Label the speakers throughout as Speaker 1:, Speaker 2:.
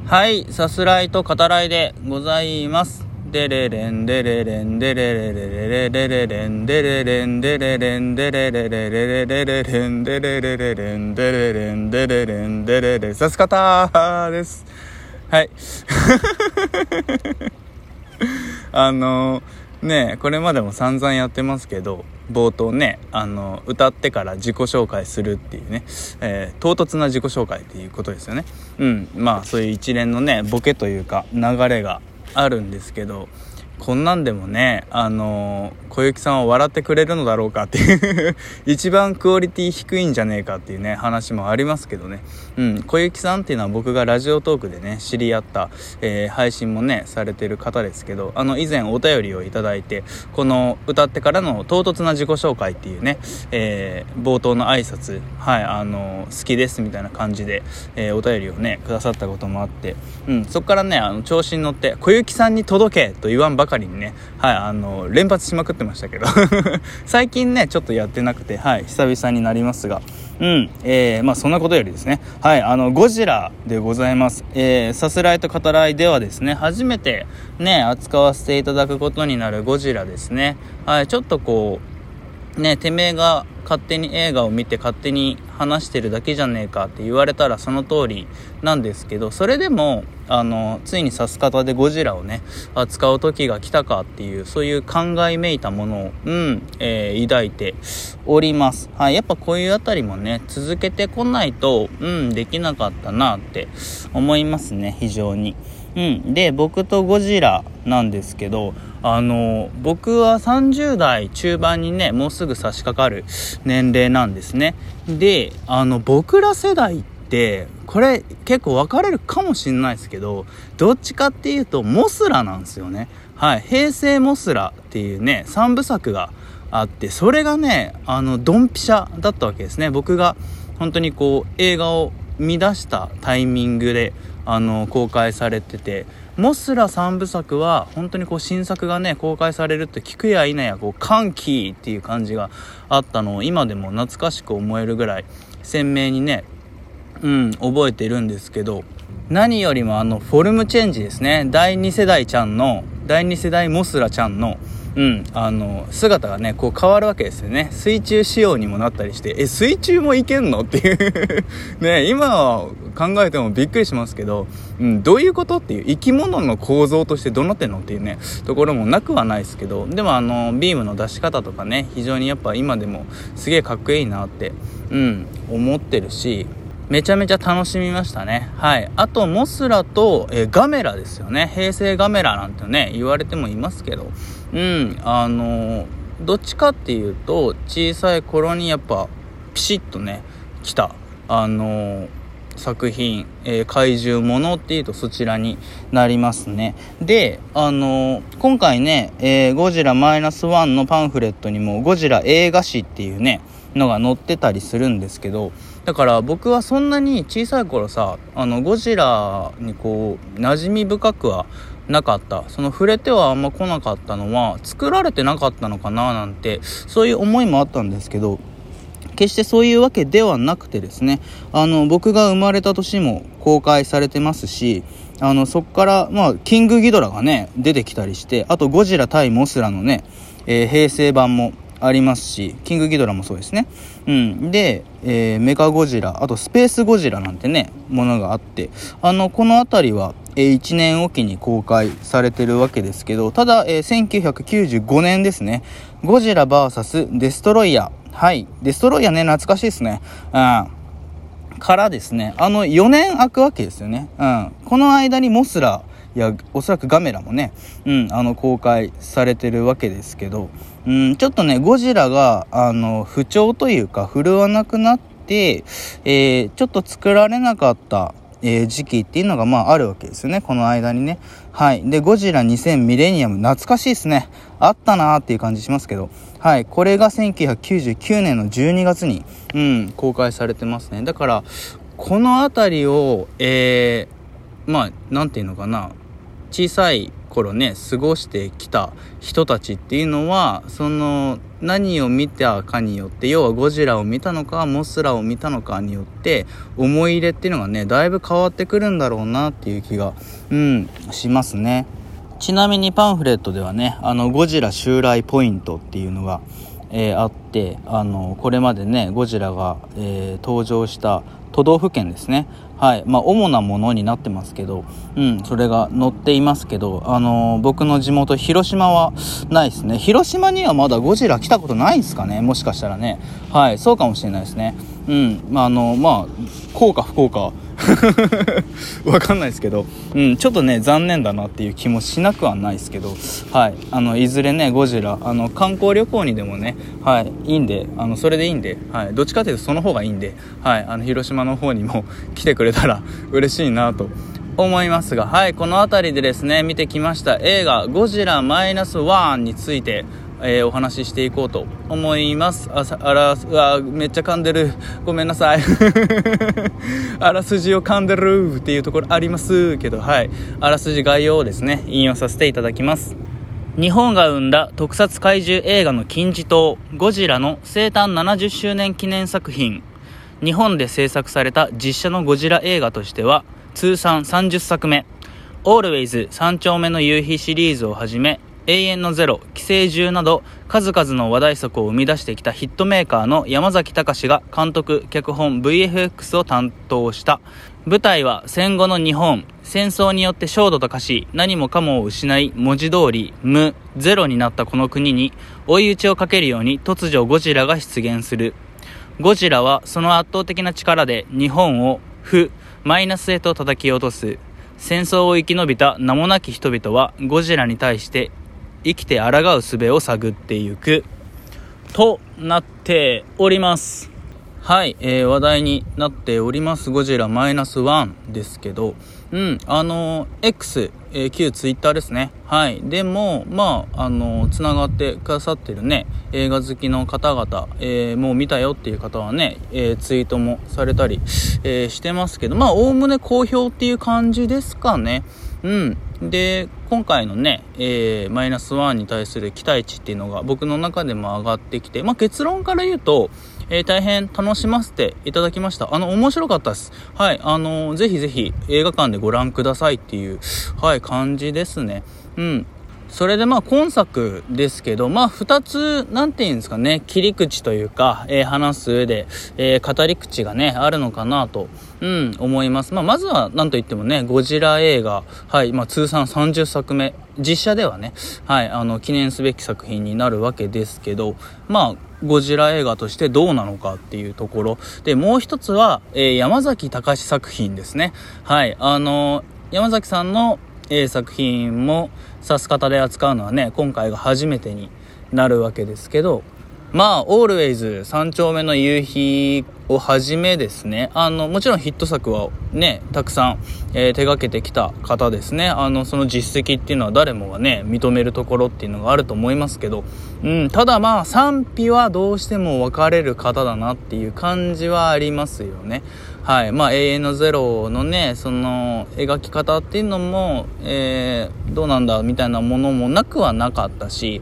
Speaker 1: はい、さすらいと語らいでございます。デレレンデレレンデレレレレレレレンデレレンデレレンデレレレレレレレレンデレレレレンデレレンデレレンデレレさす方です。はい。これまでも散々やってますけど、冒頭ね、歌ってから自己紹介するっていうね、唐突な自己紹介っていうことですよね。まあそういう一連のねボケというか流れがあるんですけど、こんなんでもね、小雪さんは笑ってくれるのだろうかっていう一番クオリティ低いんじゃねえかっていうね話もありますけどね。小雪さんっていうのは僕がラジオトークでね知り合った、配信もねされてる方ですけど、以前お便りをいただいて、この歌ってからの唐突な自己紹介っていうね、冒頭の挨拶、好きですみたいな感じで、お便りをねくださったこともあって、そこからね調子に乗って小雪さんに届けと言わんばかりにね、連発しまくってましたけど最近ねちょっとやってなくて、久々になりますが、そんなことよりですね、ゴジラでございます。さすらいと語らいではですね、初めてね扱わせていただくことになるゴジラですね。ちょっとこうね、てめえが勝手に映画を見て勝手に話してるだけじゃねえかって言われたらその通りなんですけど、それでもついにさす方でゴジラをね扱う時が来たかっていう、そういう考えめいたものを、抱いております。やっぱこういうあたりもね続けてこないとできなかったなって思いますね、非常に。で僕とゴジラなんですけど、僕は30代中盤にねもうすぐ差し掛かる年齢なんですね。で僕ら世代ってこれ結構分かれるかもしれないですけど、どっちかっていうとモスラなんですよね。平成モスラっていうね3部作があって、それがねドンピシャだったわけですね。僕が本当にこう映画を見出したタイミングで公開されてて、モスラ3部作は本当にこう新作がね公開されると聞くや否やこう歓喜っていう感じがあったのを今でも懐かしく思えるぐらい鮮明にね覚えてるんですけど、何よりもフォルムチェンジですね。第2世代モスラちゃんの姿がねこう変わるわけですよね。水中仕様にもなったりして、水中もいけんのっていうね、今は考えてもびっくりしますけど、どういうことっていう、生き物の構造としてどうなってんのっていうねところもなくはないですけど、でもビームの出し方とかね非常にやっぱ今でもすげえかっこいいなって思ってるし、めちゃめちゃ楽しみましたね。あとモスラと、ガメラですよね。平成ガメラなんてね言われてもいますけど、どっちかっていうと小さい頃にやっぱピシッとね来た作品、怪獣ものっていうとそちらになりますね。で今回ね、ゴジラマイナスワンのパンフレットにもゴジラ映画史っていうねのが載ってたりするんですけど、だから僕はそんなに小さい頃さゴジラにこう馴染み深くはなかった、その触れてはあんま来なかったのは作られてなかったのかななんて、そういう思いもあったんですけど、決してそういうわけではなくてですね、僕が生まれた年も公開されてますし、そっからキングギドラがね出てきたりして、あとゴジラ対モスラのね、平成版もありますし、キングギドラもそうですね。で、メカゴジラ、あとスペースゴジラなんてねものがあって、このあたりは1年おきに公開されてるわけですけど、ただ、1995年ですね、ゴジラ VS デストロイヤー、デストロイヤーね懐かしいですね。からですね4年空くわけですよね。この間にモスラやおそらくガメラもね、公開されてるわけですけど、ちょっとねゴジラが不調というか振るわなくなって、ちょっと作られなかった時期っていうのがあるわけですよね、この間にね。でゴジラ2000ミレニアム懐かしいですね。あったなーっていう感じしますけど、これが1999年の12月に、公開されてますね。だからこのあたりをなんていうのかな、小さい頃ね過ごしてきた人たちっていうのはその何を見たかによって、要はゴジラを見たのかモスラを見たのかによって思い入れっていうのがねだいぶ変わってくるんだろうなっていう気がしますね。ちなみにパンフレットではねゴジラ襲来ポイントっていうのが、あってこれまでねゴジラが、登場した都道府県ですね、主なものになってますけど、それが載っていますけど、僕の地元広島はないですね。広島にはまだゴジラ来たことないですかね、もしかしたらね。そうかもしれないですね。こうか不幸かわかんないですけど、ちょっとね残念だなっていう気もしなくはないですけど、いずれねゴジラ観光旅行にでもねいいんでそれでいいんで、どっちかというとその方がいいんで、広島の方にも来てくれたら嬉しいなと思いますが、この辺りでですね見てきました映画ゴジラマイナスワンについてお話ししていこうと思います。めっちゃ噛んでる、ごめんなさいあらすじを噛んでるっていうところありますけど、あらすじ概要をですね引用させていただきます。日本が生んだ特撮怪獣映画の金字塔ゴジラの生誕70周年記念作品。日本で制作された実写のゴジラ映画としては通算30作目。オールウェイズ3丁目の夕日シリーズをはじめ永遠のゼロ、寄生獣など数々の話題作を生み出してきたヒットメーカーの山崎貴が監督、脚本、VFX を担当した。舞台は戦後の日本。戦争によって焦土と化し、何もかもを失い、文字通り無、ゼロになったこの国に追い打ちをかけるように突如ゴジラが出現する。ゴジラはその圧倒的な力で日本を負、マイナスへと叩き落とす。戦争を生き延びた名もなき人々はゴジラに対して生きて抗う術を探っていくとなっております。話題になっておりますゴジラマイナスワンですけど、X、旧ツイッターですね。でもつながってくださってるね映画好きの方々、もう見たよっていう方はね、ツイートもされたり、してますけど、おおむね好評っていう感じですかね。で今回のね、マイナスワンに対する期待値っていうのが僕の中でも上がってきて、結論から言うと、大変楽しませていただきました。面白かったです。ぜひぜひ映画館でご覧くださいっていう、感じですね。それで今作ですけど、2つなんていうんですかね、切り口というか、話す上で、語り口がねあるのかなと、思います。まずはなんといってもねゴジラ映画、通算30作目、実写ではね、記念すべき作品になるわけですけど、ゴジラ映画としてどうなのかっていうところで、もう一つは、山崎貴作品ですね。山崎さんの作品も指す方で扱うのはね今回が初めてになるわけですけど、オールウェイズ3丁目の夕日をはじめですね、もちろんヒット作はねたくさん、手掛けてきた方ですね。その実績っていうのは誰もがね認めるところっていうのがあると思いますけど、ただ賛否はどうしても分かれる方だなっていう感じはありますよね。永遠のゼロのねその描き方っていうのも、どうなんだみたいなものもなくはなかったし、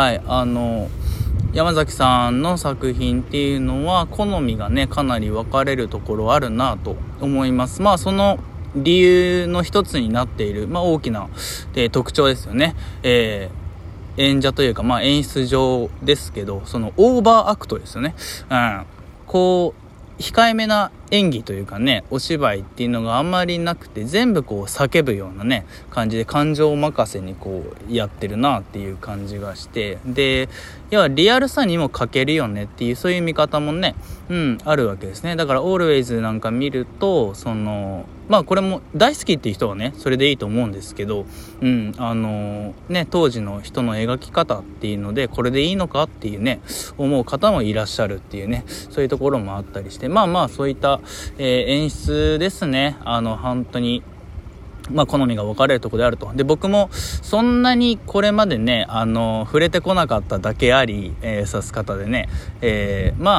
Speaker 1: 山崎さんの作品っていうのは好みがねかなり分かれるところあるなと思います。その理由の一つになっている、大きな、特徴ですよね。演者というか、演出上ですけど、そのオーバーアクトですよね。控えめな演技というかねお芝居っていうのがあんまりなくて、全部叫ぶようなね感じで感情任せにやってるなっていう感じがして、で要はリアルさにも欠けるよねっていうそういう見方もねあるわけですね。だからオールウェイズなんか見るとこれも大好きっていう人はねそれでいいと思うんですけど、当時の人の描き方っていうのでこれでいいのかっていうね思う方もいらっしゃるっていうね、そういうところもあったりして、そういった、演出ですね。本当に好みが分かれるところであると。で僕もそんなにこれまでね触れてこなかっただけあり、指す方でね、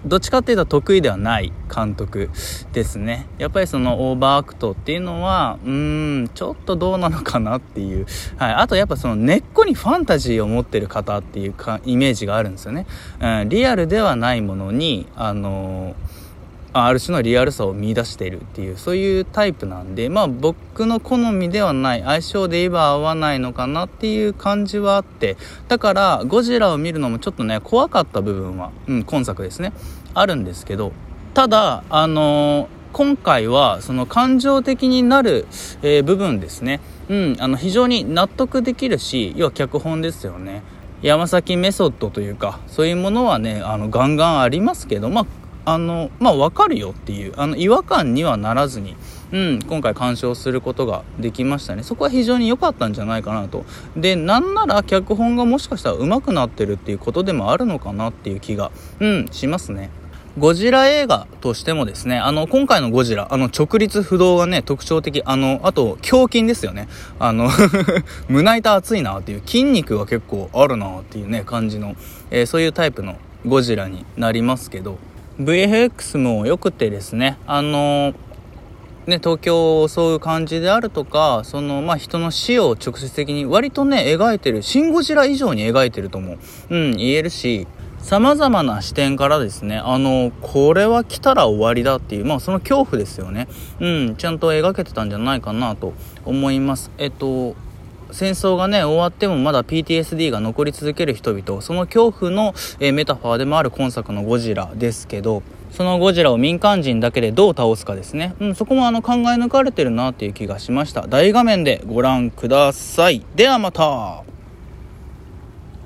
Speaker 1: どっちかっていうと得意ではない監督ですね。やっぱりそのオーバーアクトっていうのはちょっとどうなのかなっていう、はい、あとやっぱその根っこにファンタジーを持ってる方っていうイメージがあるんですよね。リアルではないものにある種のリアルさを見出しているっていう、そういうタイプなんで、僕の好みではない、相性で言えば合わないのかなっていう感じはあって、だからゴジラを見るのもちょっとね怖かった部分は、今作ですねあるんですけど、ただ今回はその感情的になる、部分ですね、非常に納得できるし、要は脚本ですよね。山崎メソッドというか、そういうものはねガンガンありますけど、分かるよっていう違和感にはならずに、今回鑑賞することができましたね。そこは非常に良かったんじゃないかなと。で、なんなら脚本がもしかしたら上手くなってるっていうことでもあるのかなっていう気が、しますね。ゴジラ映画としてもですね、今回のゴジラ、直立不動がね、特徴的、あと、胸筋ですよね。胸板熱いなっていう、筋肉が結構あるなっていうね、感じの、そういうタイプのゴジラになりますけど、VFX も良くてですね、東京を襲う感じであるとか、人の死を直接的に割とね描いてる、シン・ゴジラ以上に描いてるとも言えるし、様々な視点からですね、これは来たら終わりだっていう、その恐怖ですよね。ちゃんと描けてたんじゃないかなと思います。戦争がね終わってもまだ PTSD が残り続ける人々、その恐怖の、メタファーでもある今作のゴジラですけど、そのゴジラを民間人だけでどう倒すかですね、そこも考え抜かれてるなっていう気がしました。大画面でご覧ください。ではまた。